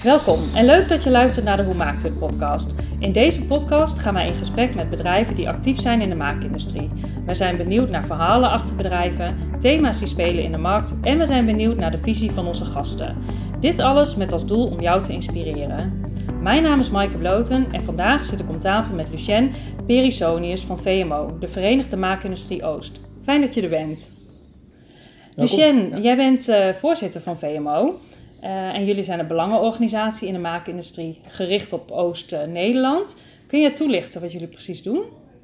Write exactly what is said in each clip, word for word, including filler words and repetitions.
Welkom en leuk dat je luistert naar de Hoe Maakt het podcast. In deze podcast gaan wij in gesprek met bedrijven die actief zijn in de maakindustrie. Wij zijn benieuwd naar verhalen achter bedrijven, thema's die spelen in de markt en we zijn benieuwd naar de visie van onze gasten. Dit alles met als doel om jou te inspireren. Mijn naam is Maaike Bloten en vandaag zit ik om tafel met Lucien Perisonius van V M O, de Verenigde Maakindustrie Oost. Fijn dat je er bent. Lucien, ja. Jij bent uh, voorzitter van V M O. Uh, en jullie zijn een belangenorganisatie in de maakindustrie gericht op Oost-Nederland. Kun je toelichten wat jullie precies doen?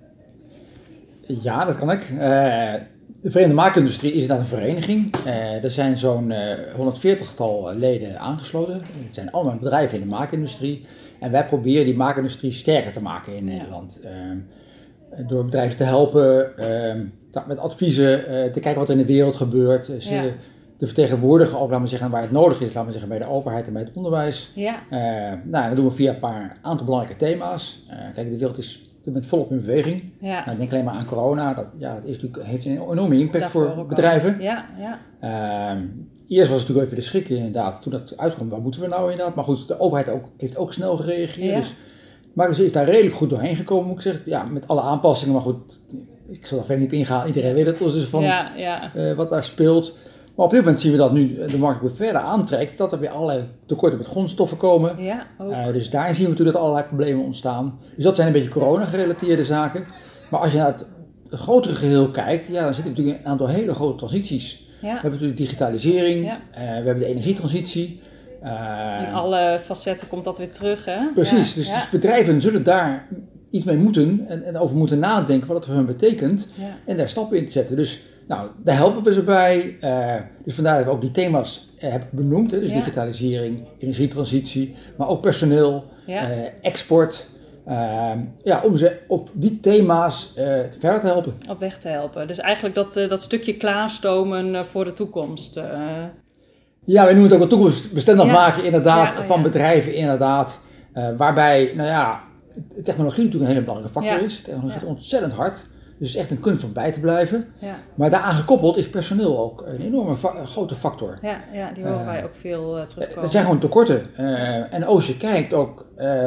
Ja, dat kan ik. Uh, de Verenigde Maakindustrie is inderdaad een vereniging. Uh, er zijn zo'n uh, honderdveertigtal leden aangesloten. Het zijn allemaal bedrijven in de maakindustrie. En wij proberen die maakindustrie sterker te maken in Nederland. Ja. Uh, door bedrijven te helpen, uh, met adviezen, uh, te kijken wat er in de wereld gebeurt. Dus, ja. uh, te vertegenwoordigen ook, laten we zeggen, waar het nodig is, laten we zeggen, bij de overheid en bij het onderwijs. Ja. Uh, nou, dat doen we via een paar aantal belangrijke thema's. Uh, kijk, de wereld is met volop in beweging. Ja. Nou, denk alleen maar aan corona. Dat, ja, dat is natuurlijk, heeft een enorme impact Daarvoor voor bedrijven. Ja, ja. Uh, eerst was het natuurlijk even de schrik inderdaad. Toen dat uitkwam, waar moeten we nou inderdaad? Maar goed, de overheid ook, heeft ook snel gereageerd. Ja. Dus, maar ze is daar redelijk goed doorheen gekomen, moet ik zeggen. Ja, met alle aanpassingen, maar goed, ik zal daar verder niet op ingaan. Iedereen weet het dus van ja, ja. Uh, wat daar speelt. Maar op dit moment zien we dat nu de markt weer verder aantrekt, dat er weer allerlei tekorten met grondstoffen komen. Ja, uh, dus daar zien we natuurlijk dat allerlei problemen ontstaan. Dus dat zijn een beetje corona-gerelateerde zaken. Maar als je naar het, het grotere geheel kijkt, ja, dan zitten natuurlijk een aantal hele grote transities. Ja. We hebben natuurlijk digitalisering, ja. uh, we hebben de energietransitie. Uh, In alle facetten komt dat weer terug, hè? Precies, ja. Dus, Ja. dus bedrijven zullen daar iets mee moeten en, en over moeten nadenken wat het voor hun betekent. Ja. En daar stappen in te zetten. Dus nou, daar helpen we ze bij. Uh, dus vandaar dat we ook die thema's uh, hebben benoemd. Hè? Dus ja. digitalisering, energietransitie, maar ook personeel, ja. uh, export. Uh, ja, om ze op die thema's uh, verder te helpen. Op weg te helpen. Dus eigenlijk dat, uh, dat stukje klaarstomen uh, voor de toekomst. Uh... Ja, wij noemen het ook wel toekomstbestendig ja. maken inderdaad, ja, oh, van ja. bedrijven inderdaad. Uh, waarbij, nou ja, technologie natuurlijk een hele belangrijke factor ja. is. Technologie gaat ja. ontzettend hard. Dus het is echt een kunst om bij te blijven. Ja. Maar daaraan gekoppeld is personeel ook een enorme va- grote factor. Ja, ja, die horen uh, wij ook veel uh, terugkomen. Er zijn gewoon tekorten. Uh, en als je kijkt ook uh,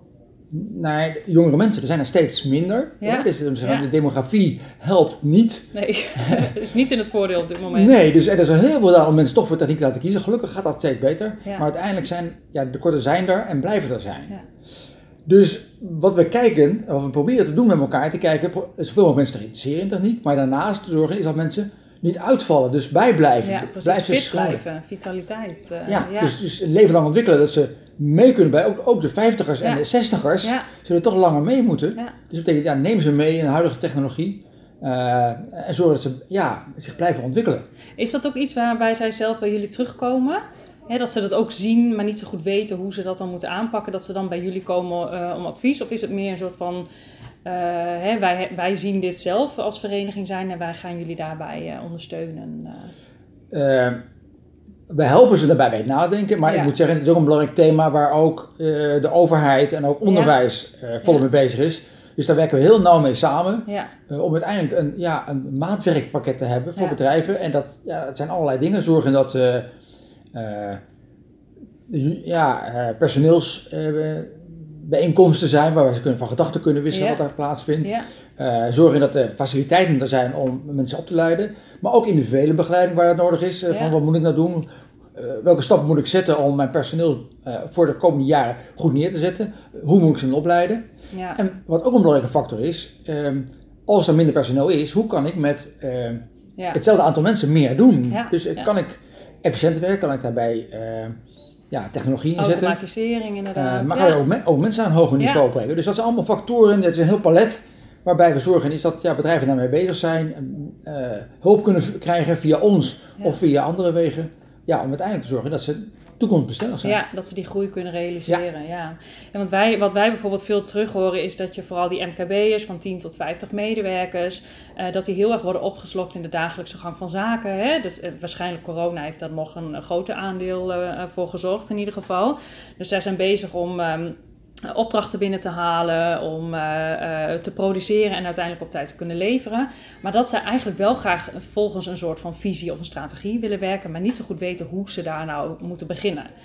naar jongere mensen, er zijn er steeds minder. Ja. Dus, dus ja. de demografie helpt niet. Nee, dat is niet in het voordeel op dit moment. Nee, dus er is heel veel om mensen toch voor techniek laten kiezen. Gelukkig gaat dat steeds beter. Ja. Maar uiteindelijk zijn, ja, de tekorten zijn er en blijven er zijn. Ja. Dus wat we kijken, wat we proberen te doen met elkaar, te kijken, zoveel mogelijk mensen te interesseren in techniek, maar daarnaast te zorgen is dat mensen niet uitvallen, dus bijblijven. Ja, precies, blijven fit blijven, vitaliteit. Uh, ja, ja. Dus, dus een leven lang ontwikkelen, dat ze mee kunnen bij, ook, ook de vijftigers ja. en de zestigers, ja. zullen toch langer mee moeten. Ja. Dus dat betekent, ja, neem ze mee in de huidige technologie uh, en zorg dat ze ja, zich blijven ontwikkelen. Is dat ook iets waarbij zij zelf bij jullie terugkomen? He, dat ze dat ook zien, maar niet zo goed weten hoe ze dat dan moeten aanpakken. Dat ze dan bij jullie komen uh, om advies? Of is het meer een soort van, uh, he, wij, wij zien dit zelf als vereniging zijn en wij gaan jullie daarbij uh, ondersteunen? Uh. Uh, we helpen ze daarbij bij het nadenken. Maar ja. ik moet zeggen, het is ook een belangrijk thema waar ook uh, de overheid en ook onderwijs ja. uh, volop ja. mee bezig is. Dus daar werken we heel nauw mee samen. Ja. Uh, om uiteindelijk een, ja, een maatwerkpakket te hebben voor ja, bedrijven. Precies. En dat, ja, dat zijn allerlei dingen. Zorgen dat Uh, Uh, ja, uh, personeelsbijeenkomsten uh, zijn waar ze kunnen van gedachten kunnen wisselen ja. wat daar plaatsvindt. Ja. Uh, zorgen dat er faciliteiten er zijn om mensen op te leiden. Maar ook individuele begeleiding waar dat nodig is. Uh, ja. Van wat moet ik nou doen? Uh, welke stappen moet ik zetten om mijn personeel uh, voor de komende jaren goed neer te zetten? Hoe moet ik ze opleiden? Ja. En wat ook een belangrijke factor is, um, als er minder personeel is, hoe kan ik met uh, ja. hetzelfde aantal mensen meer doen? Ja. Dus uh, ja. kan ik efficiënter werken, kan ik daarbij uh, ja, technologie inzetten. Automatisering inderdaad. Uh, maar gaan we ja. ook, me- ook mensen aan een hoger niveau ja. brengen. Dus dat zijn allemaal factoren, dat is een heel palet waarbij we zorgen is dat ja, bedrijven daarmee bezig zijn, uh, hulp kunnen v- krijgen via ons ja. of via andere wegen. Ja, om uiteindelijk te zorgen dat ze toekomstbestendig zijn. Ja, dat ze die groei kunnen realiseren. Ja. Ja. Ja, want wij, wat wij bijvoorbeeld veel terug horen is dat je vooral die M K B'ers van tien tot vijftig medewerkers, uh, dat die heel erg worden opgeslokt in de dagelijkse gang van zaken. Hè? Dus, uh, waarschijnlijk corona heeft daar nog een, een groter aandeel uh, voor gezorgd in ieder geval. Dus zij zijn bezig om Um, opdrachten binnen te halen, om uh, uh, te produceren en uiteindelijk op tijd te kunnen leveren. Maar dat zij eigenlijk wel graag volgens een soort van visie of een strategie willen werken, maar niet zo goed weten hoe ze daar nou moeten beginnen.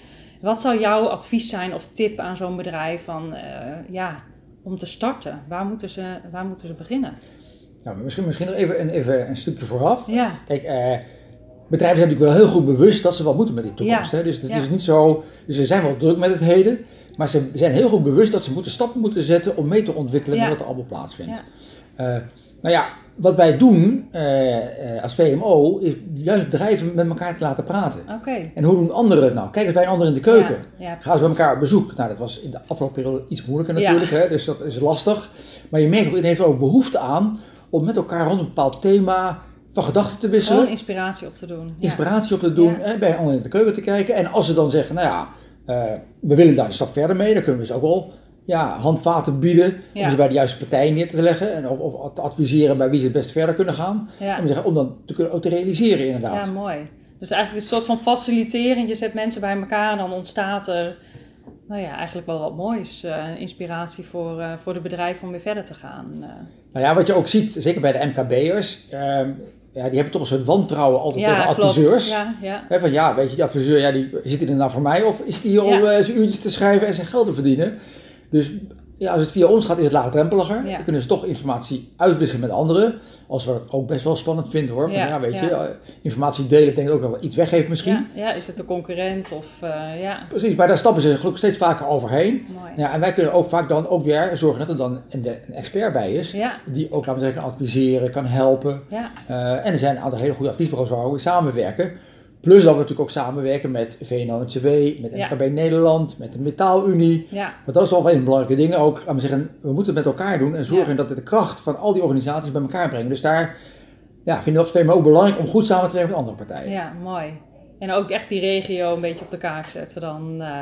Wat zou jouw advies zijn of tip aan zo'n bedrijf van, uh, ja, om te starten? Waar moeten ze, waar moeten ze beginnen? Nou, misschien, misschien nog even een, even een stukje vooraf. Ja. Kijk, uh, bedrijven zijn natuurlijk wel heel goed bewust dat ze wat moeten met die toekomst. Ja. Hè? Dus het ja. is niet zo, dus ze zijn wel druk met het heden, maar ze zijn heel goed bewust dat ze moeten stappen moeten zetten om mee te ontwikkelen ja. met wat er allemaal plaatsvindt. Ja. Uh, nou ja, wat wij doen uh, uh, als V M O is juist bedrijven met elkaar te laten praten. Okay. En hoe doen anderen het nou? Kijk eens bij een ander in de keuken. Ja, ja, Ga eens bij elkaar op bezoek. Nou, dat was in de afgelopen periode iets moeilijker natuurlijk, ja. hè? Dus dat is lastig. Maar je merkt ook, iedereen heeft er ook behoefte aan om met elkaar rond een bepaald thema van gedachten te wisselen. Gewoon inspiratie op te doen. Ja. Inspiratie op te doen, ja. hè? Bij een ander in de keuken te kijken. En als ze dan zeggen, nou ja, uh, we willen daar een stap verder mee, dan kunnen we ze ook wel ja, handvaten bieden ja. om ze bij de juiste partijen neer te leggen en of, of te adviseren bij wie ze het best verder kunnen gaan. Ja. Om, zeggen, om dan te kunnen ook te realiseren inderdaad. Ja, mooi. Dus eigenlijk een soort van facilitering. Je zet mensen bij elkaar en dan ontstaat er nou ja, eigenlijk wel wat moois. Uh, inspiratie voor, uh, voor de bedrijven om weer verder te gaan. Uh. Nou ja, wat je ook ziet, zeker bij de M K B'ers, uh, ja, die hebben toch een soort wantrouwen altijd ja, tegen adviseurs. Ja, ja. He, van ja, weet je, die adviseur, ja, die, zit hij er nou voor mij of is die hier ja. om uh, zijn uurtjes te schrijven en zijn geld te verdienen? Dus ja, als het via ons gaat, is het laagdrempeliger. Ja. Dan kunnen ze toch informatie uitwisselen met anderen. Als we het ook best wel spannend vinden hoor. Van, ja, ja, weet ja. je, informatie delen betekent ook nog wel iets weggeven misschien. Ja, ja, is het een concurrent of uh, ja. Precies, maar daar stappen ze gelukkig steeds vaker overheen. Mooi. Ja, en wij kunnen ook vaak dan ook weer zorgen dat er dan een, een expert bij is. Ja. Die ook, laten we zeggen, kan adviseren, kan helpen. Ja. Uh, en er zijn een aantal hele goede adviesbureaus waar we samenwerken. Plus dat we natuurlijk ook samenwerken met V N O N C W, met M K B ja. Nederland, met de Metaalunie. Ja. Maar dat is wel een belangrijke ding ook. Laten we zeggen, we moeten het met elkaar doen en zorgen ja. dat we de kracht van al die organisaties bij elkaar brengen. Dus daar ja, vinden we dat V M O belangrijk om goed samen te werken met andere partijen. Ja, mooi. En ook echt die regio een beetje op de kaart zetten dan. Uh...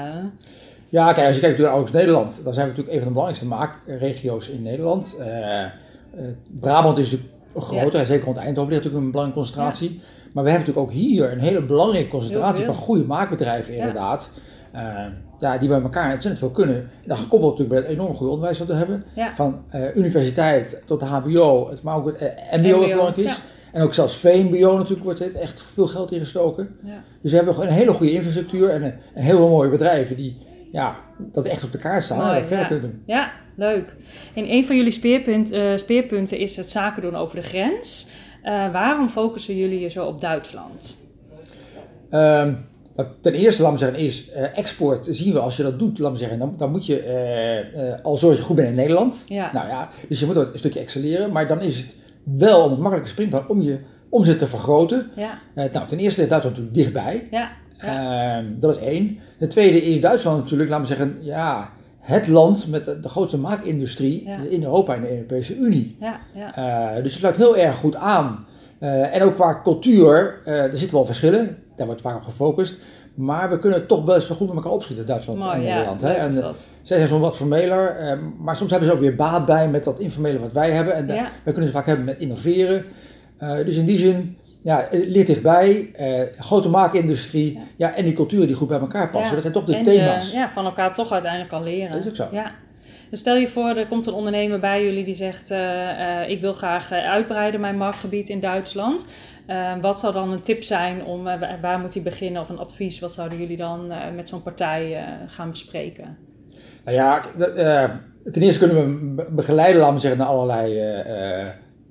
Ja, kijk, als je kijkt naar Oost-Nederland, dan zijn we natuurlijk een van de belangrijkste maakregio's in Nederland. Uh, uh, Brabant is natuurlijk groter, ja. zeker rond Eindhoven ligt natuurlijk een belangrijke concentratie. Ja. Maar we hebben natuurlijk ook hier een hele belangrijke concentratie van goede maakbedrijven inderdaad. Ja. Uh, ja, die bij elkaar ontzettend veel kunnen. Dan gekoppeld natuurlijk bij het enorm goede onderwijs dat we hebben. Ja. Van uh, universiteit tot de H B O, maar ook het uh, M B O wat belangrijk is. Ja. En ook zelfs V M B O natuurlijk wordt er echt veel geld in gestoken. Ja. Dus we hebben gewoon een hele goede infrastructuur en een, een heel veel mooie bedrijven die ja, dat echt op de kaart staan en dat verder ja. kunnen doen. Ja, leuk. En een van jullie speerpunt, uh, speerpunten is het zaken doen over de grens. Uh, waarom focussen jullie je zo op Duitsland? Um, ten eerste, laat me zeggen, is uh, export zien we als je dat doet, laat me zeggen, dan, dan moet je uh, uh, al zorgen dat je goed bent in Nederland. Ja. Nou ja, dus je moet ook een stukje excelleren, maar dan is het wel een makkelijke springplan om je omzet te vergroten. Ja. Uh, nou, ten eerste ligt Duitsland natuurlijk dichtbij. Ja. Ja. Uh, dat is één. De tweede is Duitsland natuurlijk, laat me zeggen, ja, het land met de, de grootste maakindustrie ja. in Europa en de Europese Unie. Ja. Ja. Uh, dus het sluit heel erg goed aan. Uh, en ook qua cultuur, uh, er zitten wel verschillen, daar wordt vaak op gefocust. Maar we kunnen toch best wel goed met elkaar opschieten, Duitsland Mooi, en Nederland. Ja, hè? En, uh, zij zijn soms wat formeler, uh, maar soms hebben ze ook weer baat bij met dat informele wat wij hebben. En ja. uh, wij kunnen ze vaak hebben met innoveren. Uh, dus in die zin, ja, het ligt dichtbij, uh, grote maakindustrie ja. Ja, en die culturen die goed bij elkaar passen. Ja. Dat zijn toch de en thema's. Uh, ja, van elkaar toch uiteindelijk kan leren. Dat is ook zo. Ja. Dus stel je voor, er komt een ondernemer bij jullie die zegt, uh, uh, ik wil graag uh, uitbreiden mijn marktgebied in Duitsland. Uh, wat zou dan een tip zijn om, uh, waar moet hij beginnen of een advies? Wat zouden jullie dan uh, met zo'n partij uh, gaan bespreken? Nou ja, uh, ten eerste kunnen we begeleiden, laten we zeggen, naar allerlei uh,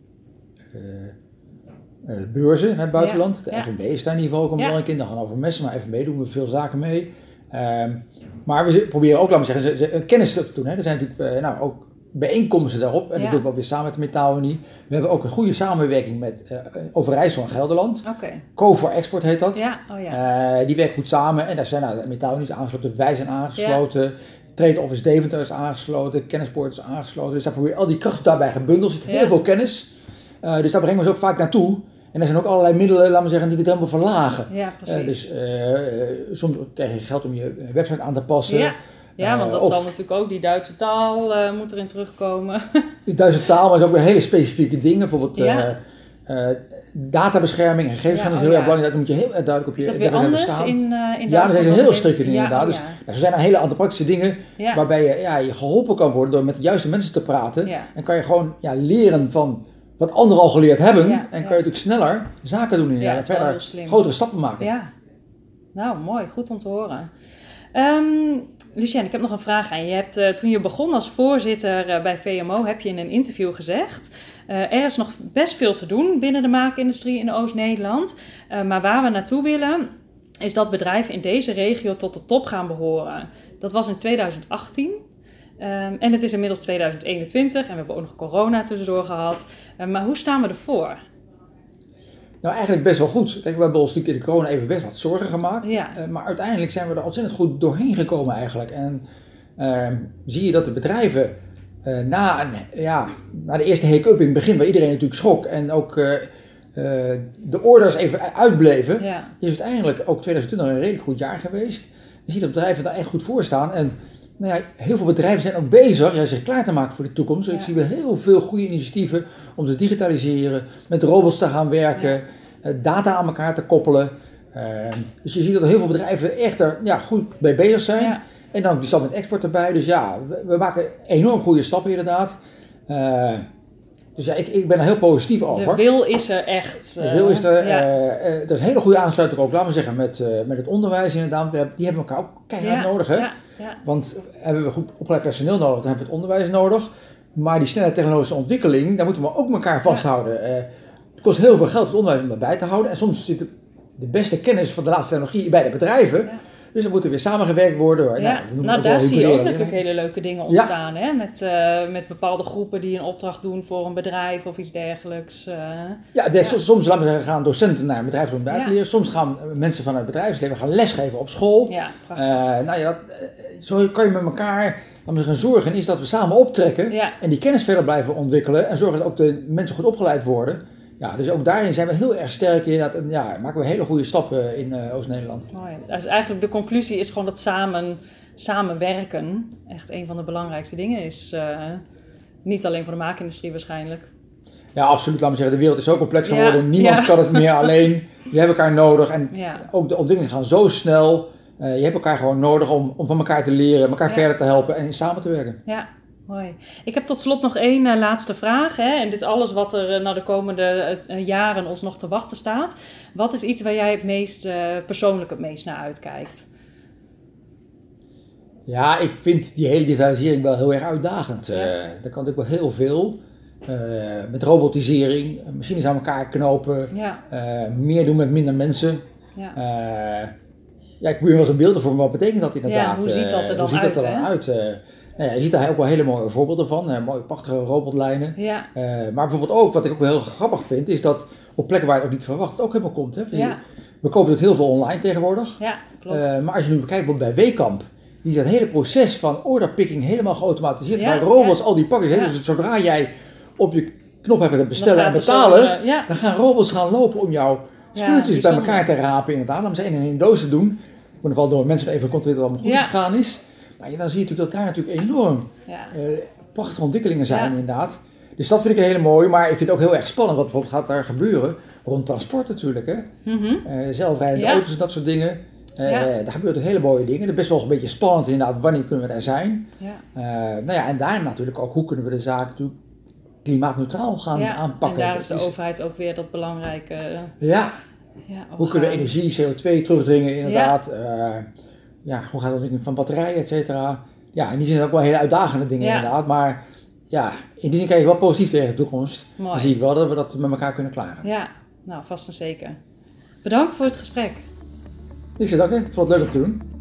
uh, uh, beurzen in het buitenland. Ja, de ja. F N B is daar in ieder geval ook een ja. belangrijk in. Dan gaan we over messen, maar F N B doen we veel zaken mee. Um, maar we proberen ook, laten we zeggen, ze, ze, kennis te doen. Hè. Er zijn natuurlijk uh, nou, ook bijeenkomsten daarop. En ja. dat doen we ook weer samen met de Metaalunie. We hebben ook een goede samenwerking met uh, Overijssel en Gelderland. Okay. Co for Export heet dat. Ja. Oh, ja. Uh, die werken goed samen. En daar zijn nou, de Metaalunie aangesloten. Wij zijn aangesloten. Ja. Trade Office Deventer is aangesloten. Kennispoort is aangesloten. Dus daar proberen al die krachten daarbij gebundeld. Er zit heel ja. veel kennis. Uh, dus daar brengen we ze ook vaak naartoe. En er zijn ook allerlei middelen, laten we zeggen, die het helemaal verlagen. Ja, precies. Uh, dus uh, soms krijg je geld om je website aan te passen. Ja, ja want dat uh, zal natuurlijk ook, die Duitse taal uh, moet erin terugkomen. Die Duitse taal, maar er zijn ook weer hele specifieke dingen. Bijvoorbeeld ja. uh, uh, databescherming en gegevensbescherming ja, is heel oh, erg ja. belangrijk. Dat moet je heel erg duidelijk op je website hebben staan. Is dat weer anders in, uh, in ja, daar zijn ze heel strikt in ja, inderdaad. oh, dus ja. nou, zo zijn er hele andere praktische dingen ja. waarbij je, ja, je geholpen kan worden door met de juiste mensen te praten. Ja. En kan je gewoon ja, leren van wat anderen al geleerd hebben. Ja, en kan ja. je natuurlijk sneller zaken doen. Ja, en verder grotere stappen maken. Ja, nou mooi, goed om te horen. Um, Lucien, ik heb nog een vraag aan je. Je hebt, uh, toen je begon als voorzitter uh, bij V M O, heb je in een interview gezegd... Uh, er is nog best veel te doen binnen de maakindustrie in Oost-Nederland. Uh, maar waar we naartoe willen, is dat bedrijven in deze regio tot de top gaan behoren. Dat was in tweeduizend achttien. Um, en het is inmiddels tweeduizend eenentwintig en we hebben ook nog corona tussendoor gehad. Uh, maar hoe staan we ervoor? Nou, eigenlijk best wel goed. Kijk, we hebben ons natuurlijk in de corona even best wat zorgen gemaakt. Ja. Uh, maar uiteindelijk zijn we er ontzettend goed doorheen gekomen eigenlijk. En uh, zie je dat de bedrijven uh, na, een, ja, na de eerste hiccup in het begin, waar iedereen natuurlijk schrok en ook uh, uh, de orders even uitbleven, Ja. is uiteindelijk ook tweeduizend twintig een redelijk goed jaar geweest. Je ziet dat bedrijven daar echt goed voor staan. En nou ja, heel veel bedrijven zijn ook bezig ja, zich klaar te maken voor de toekomst. Ja. Ik zie weer heel veel goede initiatieven om te digitaliseren, met robots te gaan werken, ja. data aan elkaar te koppelen. Uh, dus je ziet dat er heel veel bedrijven echt er ja, goed mee bezig zijn. Ja. En dan die stap met export erbij. Dus ja, we, we maken enorm goede stappen inderdaad. Uh, dus ja, ik, ik ben er heel positief over. De wil is er echt. Uh, de wil is er. Ja. Uh, uh, er is een hele goede aansluiting ook, laten we zeggen, met, uh, met het onderwijs inderdaad. Die hebben elkaar ook keihard ja. nodig. Hè? Ja. Ja. Want hebben we goed opgeleid personeel nodig, dan hebben we het onderwijs nodig. Maar die snelle technologische ontwikkeling, daar moeten we ook elkaar vasthouden. Ja. Uh, het kost heel veel geld voor het onderwijs om dat bij te houden. En soms zit de, de beste kennis van de laatste technologie bij de bedrijven. Ja. Dus er moeten weer samengewerkt worden. Ja. Nou, nou daar zie je ook natuurlijk hele leuke dingen ontstaan. Ja. Hè? Met, uh, met bepaalde groepen die een opdracht doen voor een bedrijf of iets dergelijks. Uh, ja, de, ja, soms laten we zeggen, gaan docenten naar een bedrijf om uit te leren. Soms gaan mensen vanuit het bedrijfsleven gaan lesgeven op school. Ja, prachtig. Uh, nou ja, dat, zo kan je met elkaar gaan zorgen is dat we samen optrekken. Ja. En die kennis verder blijven ontwikkelen. En zorgen dat ook de mensen goed opgeleid worden. Ja, dus ook daarin zijn we heel erg sterk in. Dat, en ja, maken we hele goede stappen in uh, Oost-Nederland. Mooi. Dus eigenlijk de conclusie is gewoon dat samen, samenwerken echt een van de belangrijkste dingen is. Uh, niet alleen voor de maakindustrie waarschijnlijk. Ja, absoluut. Laat me zeggen, de wereld is zo complex geworden. Ja, Niemand ja. kan het meer alleen. Je hebt elkaar nodig. En ja. ook de ontwikkelingen gaan zo snel. Uh, je hebt elkaar gewoon nodig om, om van elkaar te leren, elkaar ja. verder te helpen en samen te werken. Ja. Mooi. Ik heb tot slot nog één uh, laatste vraag. Hè? En dit alles wat er uh, nou de komende uh, jaren ons nog te wachten staat. Wat is iets waar jij het meest uh, persoonlijk het meest naar uitkijkt? Ja, ik vind die hele digitalisering wel heel erg uitdagend. Ja. Uh, daar kan natuurlijk wel heel veel. Uh, met robotisering, machines aan elkaar knopen. Ja. Uh, meer doen met minder mensen. Ja. Uh, ja, ik probeer wel eens een beeld voor me. Wat betekent dat inderdaad? Ja, hoe ziet dat er dan uh, hoe uit? Ziet dat er dan uit? Uh, Nou ja, je ziet daar ook wel hele mooie voorbeelden van, uh, mooie prachtige robotlijnen. Ja. Uh, maar bijvoorbeeld ook, wat ik ook wel heel grappig vind, is dat op plekken waar je het ook niet verwacht, het ook helemaal komt. Hè? Ja. We kopen natuurlijk heel veel online tegenwoordig. Ja, klopt. Uh, maar als je nu bekijkt bij Wekamp, die is dat hele proces van orderpicking helemaal geautomatiseerd. Ja, waar robots ja. al die pakjes, ja. dus zodra jij op je knop hebt het bestellen en betalen, zo, uh, ja. dan gaan robots gaan lopen om jouw spulletjes ja, bij elkaar te rapen inderdaad. Om ze één in één doos te doen. In ieder geval door mensen even controleren dat het allemaal goed ja. gegaan is. Maar dan zie je natuurlijk dat daar natuurlijk enorm ja. uh, prachtige ontwikkelingen zijn ja. inderdaad. Dus dat vind ik heel mooi, maar ik vind het ook heel erg spannend. Wat bijvoorbeeld gaat daar gebeuren rond transport natuurlijk. Hè? Mm-hmm. Uh, zelfrijdende ja. auto's en dat soort dingen. Uh, ja. Daar gebeuren hele mooie dingen. Het is best wel een beetje spannend inderdaad, wanneer kunnen we daar zijn. Ja. Uh, nou ja, en daar natuurlijk ook, hoe kunnen we de zaak natuurlijk klimaatneutraal gaan ja. aanpakken. En daar is de is... overheid ook weer dat belangrijke... Ja, ja hoe kunnen we energie, C O twee terugdringen inderdaad. Ja. Uh, Ja, hoe gaat het van batterijen, et cetera. Ja, in die zin zijn ook wel hele uitdagende dingen ja. inderdaad. Maar ja, in die zin kijk ik wel positief tegen de toekomst. Mooi. Dan zie ik wel dat we dat met elkaar kunnen klaren. Ja, nou vast en zeker. Bedankt voor het gesprek. Ik zeg dank je, ik vond het leuk om te doen.